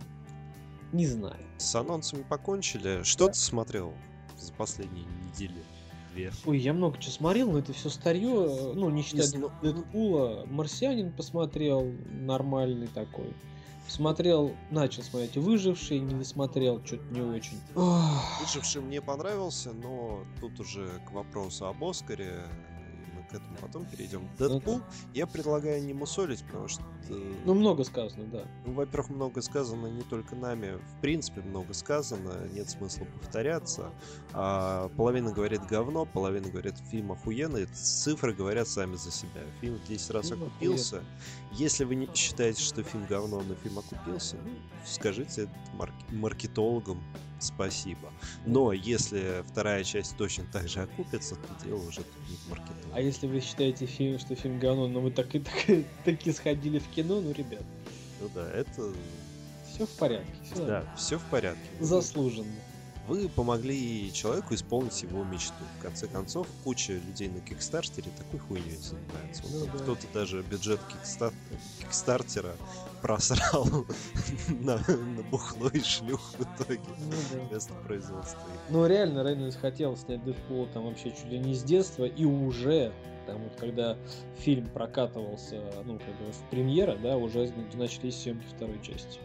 не знаю. С анонсами покончили. Что ты смотрел за последние недели? Две. Ой, я много чего смотрел, но это все старье, ну, не считая зна- Дэдпула. «Марсианин» посмотрел, нормальный такой. Смотрел, начал смотреть «Выживший», не досмотрел, что-то не очень. Ох. Выживший мне понравился, но тут уже к вопросу об Оскаре, и мы к этому потом перейдем. Дэдпул я предлагаю не мусолить, потому что, Ну, много сказано, да. ну, во-первых, много сказано не только нами, в принципе, много сказано, нет смысла повторяться. А половина говорит говно, половина говорит фильм охуенный, цифры говорят сами за себя. Фильм в десять раз Фильм окупился. Если вы не считаете, что фильм говно, но фильм окупился, ну, скажите это марк- маркетологам спасибо. Но если вторая часть точно так же окупится, то дело уже тут не в маркетинге. А если вы считаете, фильм, что фильм говно, но вы так и так, таки сходили в кино, ну, ребят, Ну да, это... все в порядке. Все Да, все в порядке. заслуженно. Вы помогли человеку исполнить его мечту. В конце концов, куча людей на Кикстартере такой хуйней занимается. Вот Ну там да. Кто-то даже бюджет Кикстар- Кикстартера просрал на, на бухло и шлюх в итоге Ну да. вместо производства. Ну реально, Рейнольдс хотел снять Дэдпула там вообще чуть ли не с детства, и уже, там вот когда фильм прокатывался, ну, как бы в премьера, да, уже начались съемки второй части.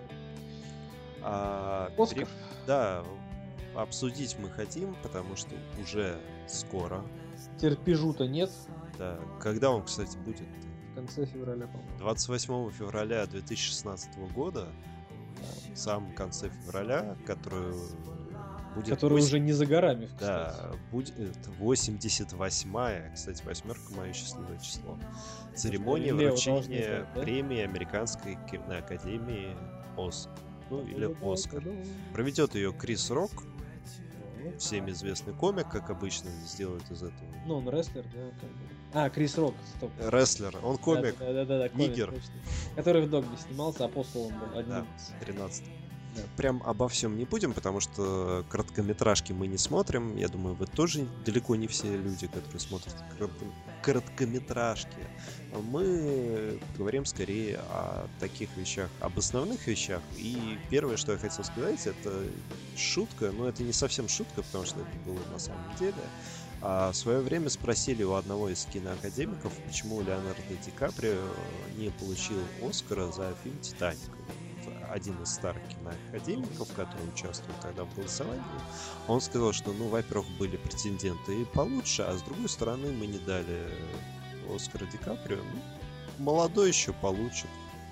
А, Оскар. пере- Да, обсудить мы хотим, потому что уже скоро. Терпежу-то нет. Да. Когда он, кстати, будет? В конце февраля, по-моему. двадцать восьмого февраля две тысячи шестнадцатого года, в самом конце февраля, который будет... Который восемь- уже не за горами, кстати. Да, будет восемьдесят восьмая, кстати, восьмерка мое счастливое число. Церемония Лео вручения должны знать, да? премии Американской киноакадемии Оскар. Ну, или Да-да-да, Оскар. да-да. Проведет ее Крис Рок, всем известный комик, как обычно сделают из этого. Ну, он рестлер, да, как бы. А, Крис Рок, стоп. Рестлер, он комик, Да, да, да, комик, нигер. точно. Который в Догме снимался, апостолом был одним. Да. тринадцать. Да. Прям обо всем не будем, потому что короткометражки мы не смотрим. Я думаю, вы тоже далеко не все люди, которые смотрят коротко- короткометражки. Мы говорим скорее о таких вещах, об основных вещах. И первое, что я хотел сказать, это шутка. Но это не совсем шутка, потому что это было на самом деле. А в свое время спросили у одного из киноакадемиков, почему Леонардо Ди Каприо не получил Оскара за фильм «Титаник». Один из старых киноакадемиков, который участвовал тогда в голосовании, он сказал, что, ну, во-первых, были претенденты и получше, а с другой стороны, мы не дали Оскара Ди Каприо. Ну, молодой еще получит.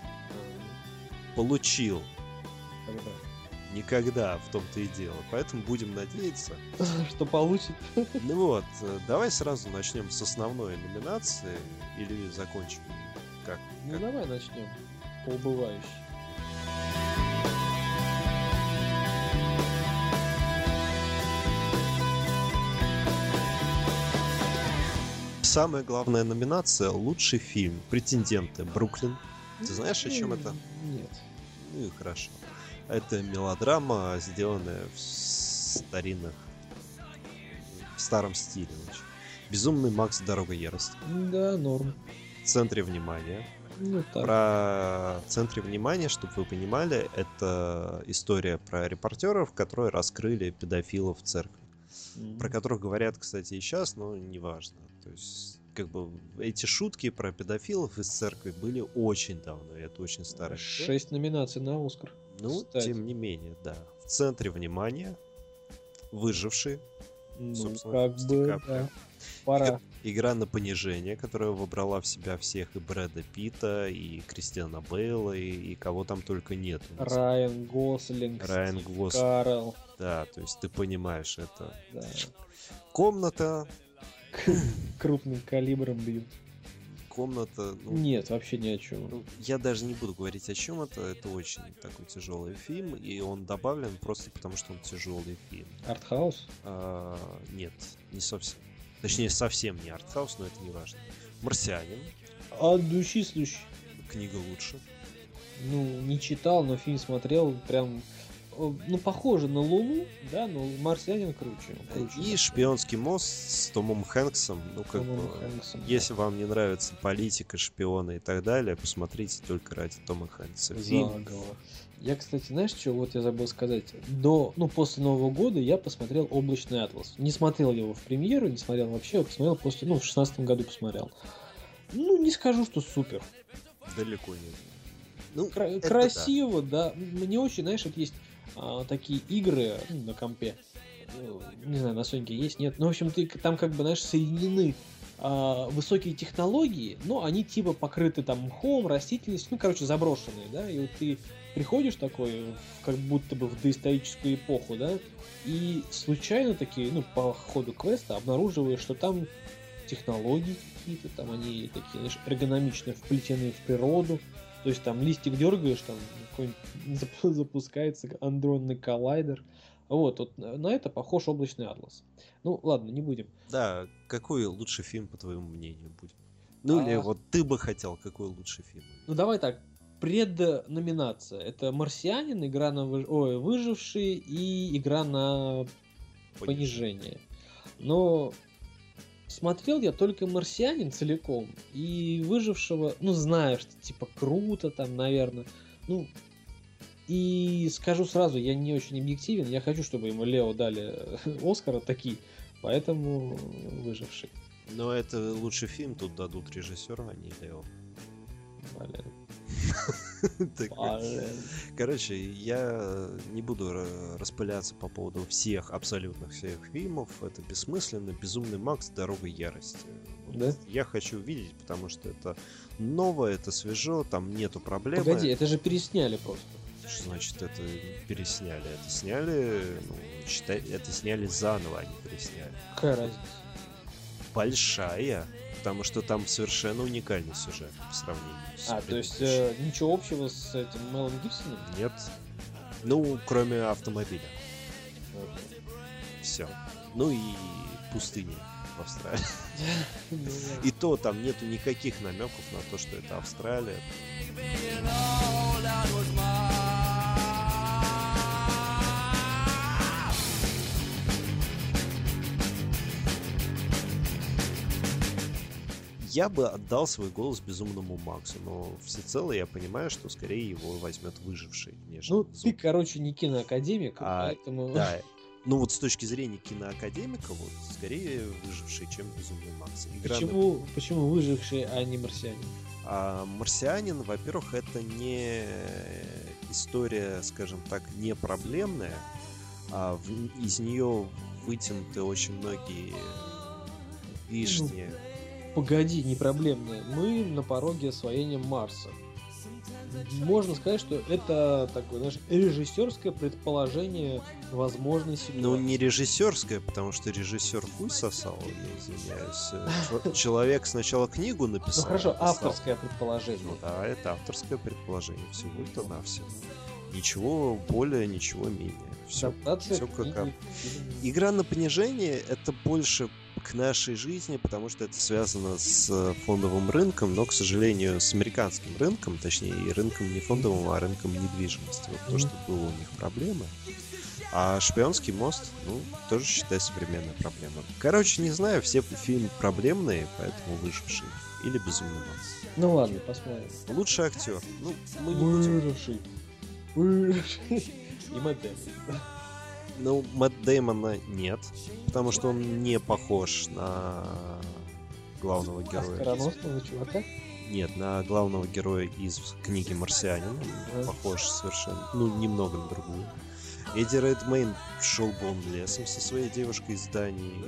Получил. Когда? Никогда, в том-то и дело. Поэтому будем надеяться, что получит. Ну вот, давай сразу начнем с основной номинации или закончим как? Ну как? давай начнем по убывающей. Самая главная номинация — лучший фильм. Претенденты: Бруклин. Ты знаешь, о чем это? Нет. Ну и хорошо. Это мелодрама, сделанная в старинных, в старом стиле очень. Безумный Макс. Дорога ярости. Да, норм. В центре внимания. Ну, так. Про в центре внимания, чтобы вы понимали, это история про репортеров, которые раскрыли педофилов в церкви. Mm-hmm. Про которых говорят, кстати, и сейчас, но неважно. То есть, как бы, эти шутки про педофилов из церкви были очень давно, и это очень старый. Шесть номинаций на Оскар. Ну, кстати. Тем не менее, да. В центре внимания выживший. Ну, как бы, да. Пора. Игра на понижение, которая вобрала в себя всех: и Брэда Питта, и Кристиана Бейла, и, и кого там только нет. Райан Гослинг, Райан Гослинг. Карл. Да, то есть ты понимаешь, это... Да. Комната... Крупным калибром бьют. Комната... Ну, нет, вообще ни о чем. Ну, я даже не буду говорить о чем это. Это очень такой тяжелый фильм, и он добавлен просто потому, что он тяжелый фильм. Артхаус? А, нет, не совсем. Точнее, совсем не артхаус, но это не важно. Марсианин. От души, слушай. Книга лучше. Ну, не читал, но фильм смотрел. Прям, ну, похоже на Луну, да, но Марсианин круче. круче и «Шпионский мост» с Томом Хэнксом. Ну, как Томом бы, Хэнксом, если да. вам не нравится политика, шпионы и так далее, посмотрите только ради Тома Хэнкса. Фильм. Заговор. Я, кстати, знаешь, что вот я забыл сказать? До, ну, после Нового года я посмотрел «Облачный атлас». Не смотрел его в премьеру, не смотрел вообще, я посмотрел после, ну, в шестнадцатом году посмотрел. Ну, не скажу, что супер. Далеко нет. Ну, Кра- красиво, да. да. Мне очень, знаешь, вот есть а, такие игры ну, на компе. Ну, не знаю, на Соньке есть, нет. Ну, в общем, ты там как бы, знаешь, соединены а, высокие технологии, но они типа покрыты там мхом, растительностью, ну, короче, заброшенные, да, и вот ты приходишь такой, как будто бы в доисторическую эпоху, да, и случайно такие, ну, по ходу квеста обнаруживаешь, что там технологии какие-то, там они такие, знаешь, эргономично вплетены в природу, то есть там листик дергаешь, там какой-нибудь запускается андронный коллайдер. Вот, вот на это похож «Облачный атлас». Ну, ладно, не будем. Да, какой лучший фильм, по твоему мнению, будет? Ну, а... или вот ты бы хотел, какой лучший фильм? Ну, давай так. Предноминация. Это «Марсианин», игра на выж... Ой, «Выживший» и игра на понижение. понижение. Но смотрел я только «Марсианин» целиком. И «Выжившего», ну, знаю, что типа круто там, наверное. Ну, и скажу сразу, я не очень объективен. Я хочу, чтобы ему Лео дали Оскара такие. Поэтому «Выживший». Но это лучший фильм, тут дадут режиссеру, а не Лео. Блин. Короче, я не буду распыляться по поводу всех, абсолютно всех фильмов. Это бессмысленно. «Безумный Макс. Дорога ярости». Да? Я хочу увидеть, потому что это новое, это свежо, там нету проблем. Погоди, это же пересняли просто. Что значит это пересняли? Это сняли, ну, считай, это сняли заново, а не пересняли. Какая разница? Большая. Потому что там совершенно уникальный сюжет по сравнению с А, то есть э, ничего общего с этим Мелом Гибсоном? Нет. Ну, кроме автомобиля. Okay. Все. Ну и пустыни в Австралии. И то там нету никаких намеков на то, что это Австралия. Я бы отдал свой голос «Безумному Максу», но всецело я понимаю, что скорее его возьмет «Выживший». Ну, ты, короче, не киноакадемик, а, поэтому... Да. ну вот с точки зрения киноакадемика, вот скорее «Выживший», чем «Безумный Макс». Игра Почему, на... почему «Выживший», а не «Марсианин»? А «Марсианин», во-первых, это не история, скажем так, не проблемная, а в... из нее вытянуты очень многие лишние... Ну, погоди, не проблемная. Мы на пороге освоения Марса. Можно сказать, что это такое, знаешь, режиссерское предположение возможной ситуации. Ну, не режиссерское, потому что режиссер хуй сосал, я извиняюсь. Человек сначала книгу написал. Ну хорошо, написал. Авторское предположение. Ну да, это авторское предположение, всего-то навсего. Ничего более, ничего менее. Все, все как... Игра на понижение — это больше к нашей жизни, потому что это связано с фондовым рынком, но, к сожалению, с американским рынком, точнее, и рынком не фондовым, а рынком недвижимости. Вот то, что было у них проблема. А «Шпионский мост», ну, тоже, считай, современная проблема. Короче, не знаю, все фильмы проблемные, поэтому «Выживший» или «Безумный Макс». Ну ладно, посмотрим. Лучший актер. Ну, мы не Выживший. Выживший. И Мэтт Дэймон. Ну, Мэтт Дэймона нет, потому что он не похож на главного героя. Оскароносного чувака? Нет, на главного героя из книги «Марсианин». Он похож совершенно, ну, немного на другую. Эдди Редмейн шел бы он лесом со своей девушкой из Дании.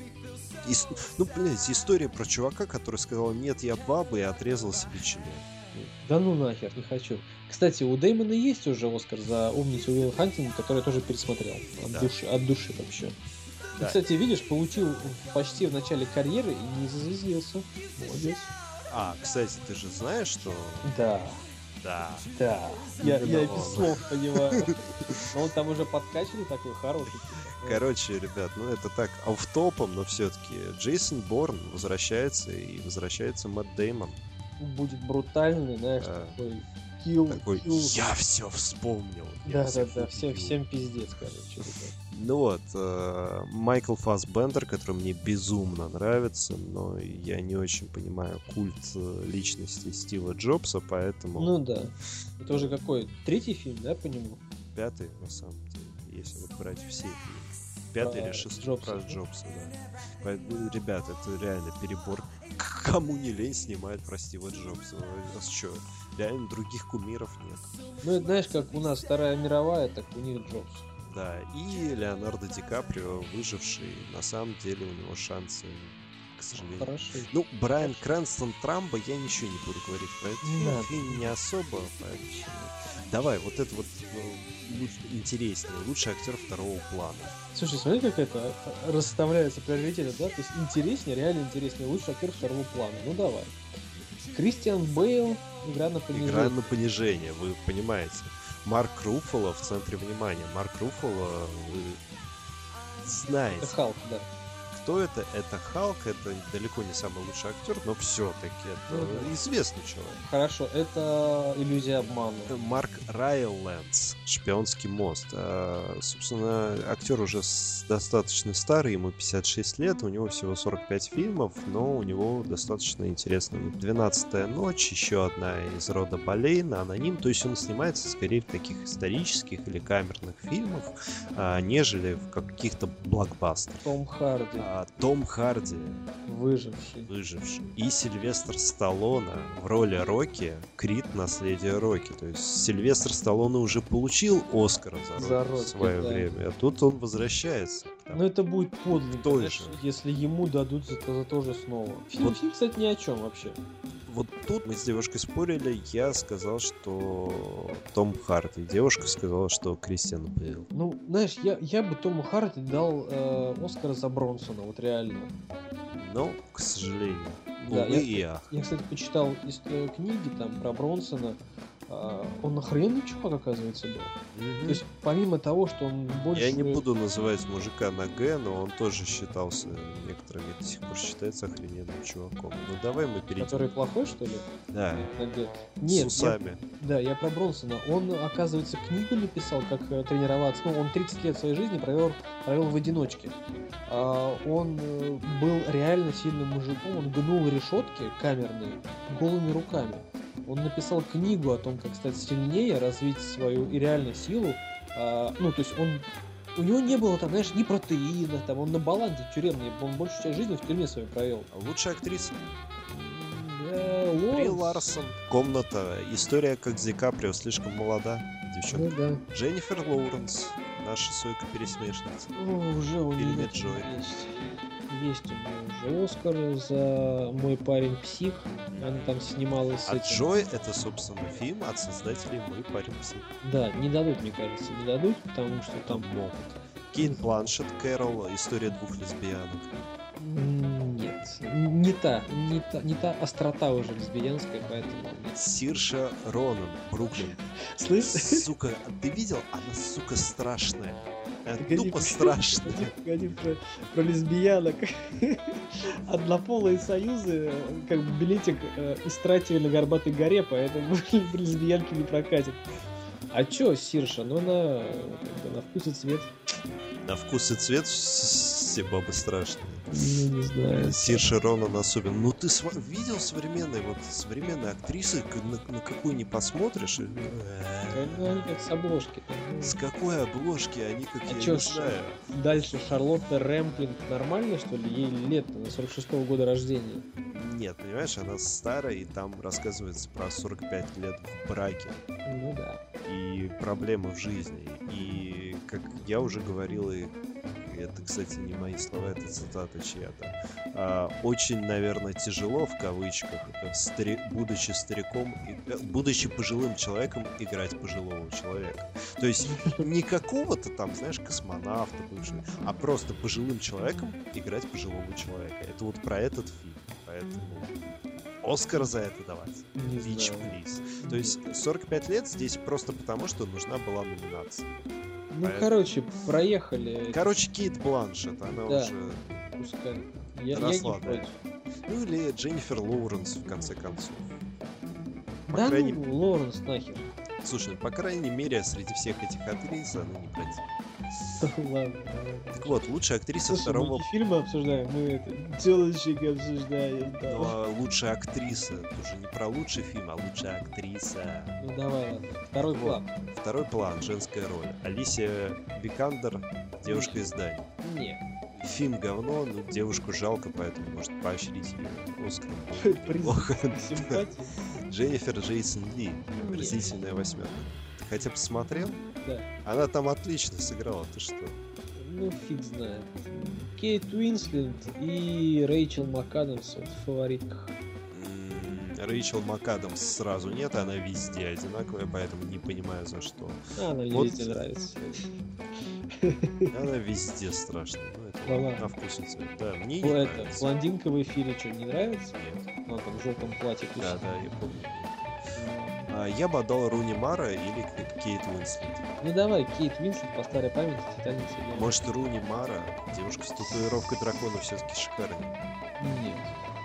И, ну, блядь, история про чувака, который сказал: нет, я баба, и отрезал себе член. Да ну нахер, не хочу. Кстати, у Дэймона есть уже Оскар за «Умницу Уилла Хантинга», который я тоже пересмотрел. От, да. души, от души вообще. Да. И, кстати, видишь, получил почти в начале карьеры и не зазвездился. Молодец. А, кстати, ты же знаешь, что... Да. Да. Да. Я, я без слов понимаю. Но он там уже подкачанный такой, хороший. Короче, ребят, ну это так, офф-топом, но все-таки Джейсон Борн возвращается, и возвращается Мэтт Дэймон. Будет брутальный, знаешь, а, такой килл. Такой, килл. Я все вспомнил. Да, да, да, всем, всем пиздец, короче. Ну вот, э, Майкл Фассбендер, который мне безумно нравится, но я не очень понимаю культ личности Стива Джобса, поэтому... Ну да. Это уже какой? Третий фильм, да, по нему? Пятый, на самом деле, если вот брать все фильмы. Пятый про или шестой Джобса, про Джобса, да. Поэтому, ребят, это реально перебор. Кому не лень снимает про Стива Джобса? У нас что, реально других кумиров нет? Ну, это знаешь, как у нас Вторая мировая, так у них Джобс. Да, и Леонардо Ди Каприо, выживший, на самом деле у него шансы, к сожалению. Хорошо. Ну, Брайан Крэнстон Трамбо, я ничего не буду говорить про это. Не фильм не особо, поэтому... Давай, вот это вот ну, интереснее. Лучший актер второго плана. Слушай, смотри, как это расставляется приоритеты, да? То есть интереснее, реально интереснее. Лучший актер второго плана. Ну давай. Кристиан Бейл, игра на понижение. Игра на понижение, вы понимаете. Марк Руффало в центре внимания. Марк Руффало, вы знаете. Это Халк, да. Кто это? Это Халк, это далеко не самый лучший актер, но все-таки это ну, известный человек. Хорошо, это «Иллюзия обмана». Марк Райландс, «Шпионский мост». А, собственно, актер уже достаточно старый, ему пятьдесят шесть лет, у него всего сорок пять фильмов, но у него достаточно интересно. «Двенадцатая ночь», еще одна из рода Болейн, «Аноним», то есть он снимается скорее в таких исторических или камерных фильмах, а, нежели в каких-то блокбастерах. Том Харди. Том Харди, выживший. выживший, и Сильвестр Сталлоне в роли Рокки, Крид, наследие Рокки. То есть Сильвестр Сталлоне уже получил Оскара за, за Рокки в свое да. время, а тут он возвращается. Но это будет подлинно, если ему дадут за, за то же снова. Фильм, вот, фильм, кстати, ни о чем вообще. Вот тут мы с девушкой спорили, я сказал, что Том Харди, девушка сказала, что Кристиан Бейл. Ну, знаешь, я, я бы Тому Харди дал э, Оскар за Бронсона, вот реально. Но, к сожалению, да, увы я, и я. Я, кстати, почитал из э, книги там про Бронсона. Он охрененный чувак, оказывается, был. Mm-hmm. То есть, помимо того, что он больше... Я не буду называть мужика на Г, но он тоже считался, некоторыми до сих пор считается охрененным чуваком. Ну давай мы перейдем. Который плохой, что ли? Да. На Г. Нет, с усами. Я... Да, я про Бронсона. Он, оказывается, книгу написал, как тренироваться. Ну, он тридцать лет своей жизни провел, провел в одиночке. Он был реально сильным мужиком, он гнул решетки камерные голыми руками. Он написал книгу о том, как стать сильнее, развить свою и реально силу. А, ну, то есть он у него не было там, знаешь, ни протеина, там, он на балансе тюремный, он большую часть жизни в тюрьме свою провел. Лучшая актриса. Э, Бри Лоренс. Ларсон. Комната. История как с Ди Каприо. Слишком молода. Ну Девчонка. да. Дженнифер Лоуренс. Наша сойка-пересмешница. О, уже у Или нее нет, Джой. есть. Есть у нее уже Оскар за «Мой парень псих». Она там снималась с А этим. Джой — это, собственно, фильм от создателей «Мой парень псих». Да, не дадут, мне кажется, не дадут, потому что там... Могут. Кейт Бланшетт, Кэрол. История двух лесбиянок. М, Нет, не та, не та, не та острота уже лесбиянская, поэтому нет. Сирша Ронан. Бруклин. Слышь? Сука, ты видел? Она, сука, страшная. Она Погоди, тупо погоди, страшная. Погоди, погоди, про, про лесбиянок. Однополые союзы, как бы билетик э, истратили на Горбатой горе, поэтому лесбиянки не прокатят. А чё, Сирша? Ну, она э, как бы на вкус и цвет. На вкус и цвет все бабы страшные. Ну, не знаю. Сирша Ронан особенно. Ну ты сва- видел современные, вот современные актрисы, к- на, на какую не посмотришь, и, э, Ну, они как с обложки. Ну, с какой обложки они, как А я чё не ж, знаю. дальше Шарлотта Рэмплинг нормально, что ли? Ей лет на сорок шестого года рождения. Нет, понимаешь, она старая, и там рассказывается про сорок пять лет в браке Ну да. и проблемы в жизни. И, как я уже говорил, и это, кстати, не мои слова, это цитата чья-то. а, очень, наверное, тяжело, в кавычках, э, стари- будучи стариком, и- э, будучи пожилым человеком, играть пожилого человека. То есть не какого-то там, знаешь, космонавта бывшего, а просто пожилым человеком играть пожилого человека. Это вот про этот фильм. Поэтому Оскар за это давать. Не Вич, знаю. плиз. То есть сорок пять лет здесь просто потому, что нужна была номинация. Ну, поэтому- короче, проехали. Короче, Кейт Бланшетт, она Да. уже... Пускай. Я, я Росла, не да. против. Ну или Дженнифер Лоуренс, в конце концов. По Да крайней- ну, Лоренс нахер. Слушай, ну, по крайней мере, среди всех этих актрис она не против. Ладно. Так вот, лучшая актриса Слушай, мы второго... не фильмы обсуждаем, мы это, телочек обсуждаем. да. Ну, а лучшая актриса. Тут же не про лучший фильм, а лучшая актриса. Ну давай, ладно. Второй Вот. план. Второй план, женская роль. Алисия Викандер, девушка из Дании. Не. Фильм говно, но девушку жалко, поэтому может поощрить ее Оскаром. Приз Плохо. симпатии. Дженнифер Джейсон Ли, омерзительная восьмерка. Ты хотя бы посмотрел? Да. Она там отлично сыграла, ты что? Ну, фиг знает. Кейт Уинслет и Рэйчел МакАдамс вот в фаворитках. М, Рэйчел МакАдамс сразу нет, она везде одинаковая, поэтому не понимаю за что. А, она Вот. везде нравится. Она везде страшная. Ну, это Да ладно, ладно. на вкус и цвет. Да, мне не Ну, это, нравится. блондинка в эфире что, не нравится? Нет. Она там в желтом платье Да, тусит. да, я помню. А, я бы отдал Руни Мара или К- Кейт Уинслет. Ну давай, Кейт Уинслет по старой памяти, Титаник седьмой. Может, Руни Мара, девушка с татуировкой дракона, все-таки шикарнее. Нет.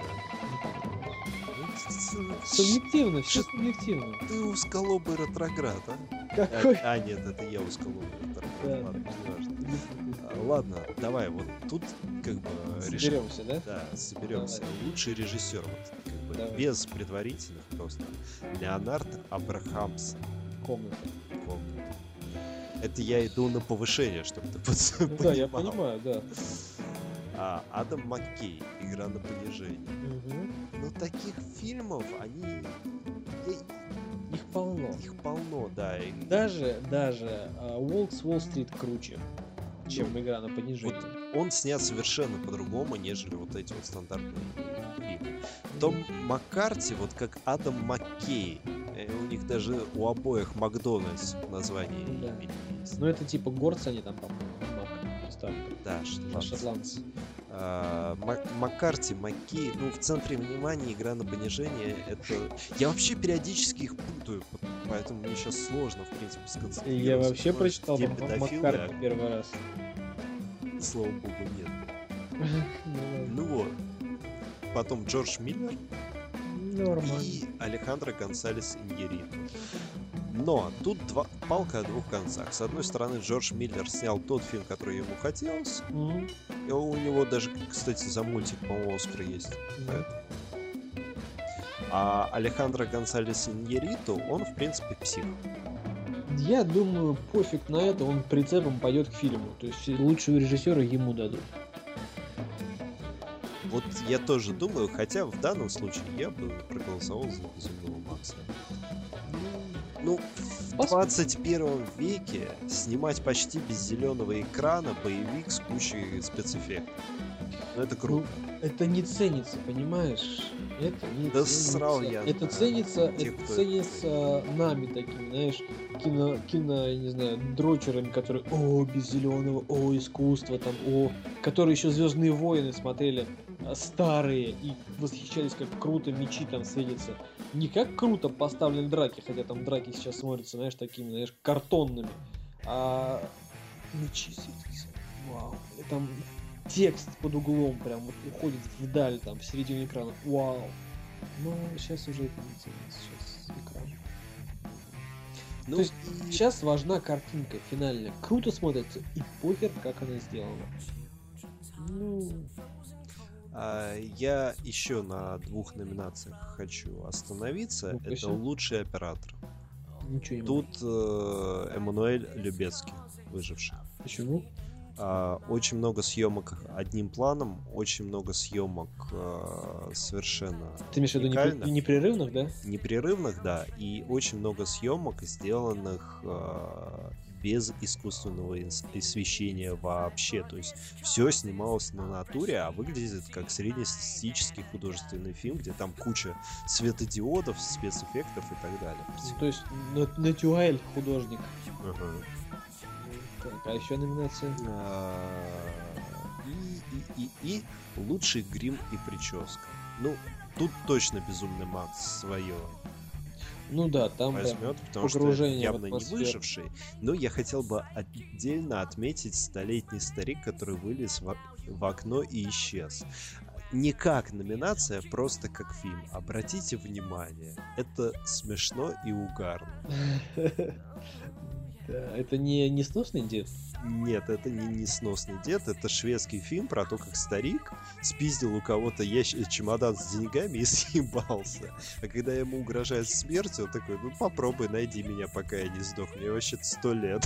Ну, ц- ц- Субъективно, все Ш- субъективно. Ты узколобый ретроград, а? Какой? А, а, нет, это я узколобый ретроград. Да. Ладно, не важно. А, Ладно, давай, вот тут как бы решим. Соберемся, да? Да, соберемся. Давай. Лучший режиссер, вот, как бы, Давай. без предварительных просто. Леонард Абрахамс. Комната. Комната. Это я иду на повышение, чтобы ты пос- Ну да, я понимал. понимаю, да. А, Адам Маккей, «Игра на понижение». Мгм. Ну, таких фильмов, они... я- Их полно. Их полно, да. и- Даже, даже а, Волк с Уолл-стрит круче, чем игра на понижение. Он снят совершенно по-другому, нежели вот эти вот стандартные фильмы. Том Маккарти, вот как Адам Маккей. э, У них даже у обоих Макдональдс название Да. имени есть. Ну это типа горцы они там, по-моему, Мак, ставка. Да, шотландцы. Шотландцы. А, Мак- Маккарти, Маккей, ну в центре внимания игра на понижение. Это я вообще периодически их путаю, по- поэтому мне сейчас сложно в принципе сконцентрироваться. Я вообще потому что прочитал те Мак- педофилы, Маккарти первый раз. а, слава богу, нет. Ну ладно. Ну вот. Потом Джордж Миллер Нормально. и Алехандро Гонсалес Иньярриту. Но тут два, палка о двух концах. С одной стороны, Джордж Миллер снял тот фильм, который ему хотелось. Мгм. И у него даже, кстати, за мультик, по-моему, Оскар есть. Да. А Алехандро Гонсалес Иньярриту, он, в принципе, псих. Я думаю, пофиг на это, он прицепом пойдет к фильму. То есть лучшего режиссера ему дадут. Вот я тоже думаю, хотя в данном случае я бы проголосовал за Безумного Макса. Ну, в двадцать первом веке снимать почти без зеленого экрана боевик с кучей спецэффектов. Ну, это круто. Ну, это не ценится, понимаешь? Это не да ценится. срал я. Это ценится, тех, это кто ценится это... нами такими, знаешь, кино, кино, я не знаю, дрочерами, которые, о, без зеленого, о, искусство, там, о, которые еще Звездные войны смотрели старые и восхищались, как круто мечи там светятся. Не как круто поставлены драки, хотя там драки сейчас смотрятся, знаешь, такими, знаешь, картонными, а мечи светятся. Вау. И там текст под углом прям вот уходит вдаль, там, в середину экрана. Вау. Но сейчас уже это не ценится, сейчас экран. Ну, то есть и... сейчас важна картинка финальная. Круто смотрится, и похер, как она сделана. Ну... А, я еще на двух номинациях хочу остановиться. Ну, это лучший оператор. Ничего не Тут э, Эммануэль Любецкий, выживший. Почему? А, очень много съемок одним планом, очень много съемок а, совершенно. Ты имеешь в виду непри- непрерывных, да? Непрерывных, да. И очень много съемок, сделанных а, без искусственного освещения вообще. То есть все снималось на натуре, а выглядит как среднестатистический художественный фильм, где там куча светодиодов, спецэффектов и так далее. То есть натюрель художник. Ага. Так, а еще номинация? И, и, и, и лучший грим и прическа. Ну, тут точно Безумный Макс свое. Ну да, там возьмет, потому что явно не выживший. Но я хотел бы отдельно отметить столетний старик, который вылез в, в окно и исчез. Не как номинация, просто как фильм. Обратите внимание, это смешно и угарно. Да, это не несносный дед? Нет, это не несносный дед, это шведский фильм про то, как старик спиздил у кого-то ящ... чемодан с деньгами и съебался. А когда ему угрожает смерть, он такой, ну попробуй, найди меня, пока я не сдох. Мне вообще сто лет.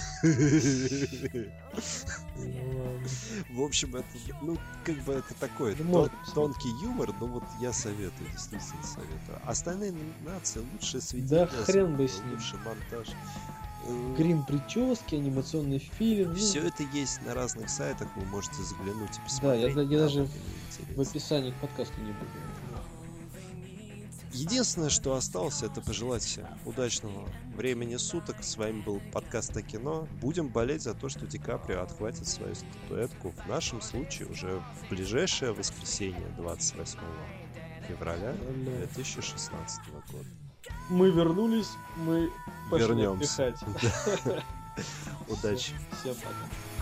В общем, это, ну, как бы это такой тонкий юмор, но вот я советую, действительно советую. Остальные номинации лучшее сведение, да хрен бы с ним. Лучший монтаж. Грим, прически, анимационный фильм. Все ну... это есть на разных сайтах, вы можете заглянуть и посмотреть. Да, я, я даже в описании к подкасту не буду. Единственное, что осталось, это пожелать всем удачного времени суток. С вами был подкаст о кино. Будем болеть за то, что Ди Каприо отхватит свою статуэтку. В нашем случае уже в ближайшее воскресенье, двадцать восьмого февраля две тысячи шестнадцатого года. Мы вернулись, мы пошли вернемся. отдыхать. Удачи. Всем пока.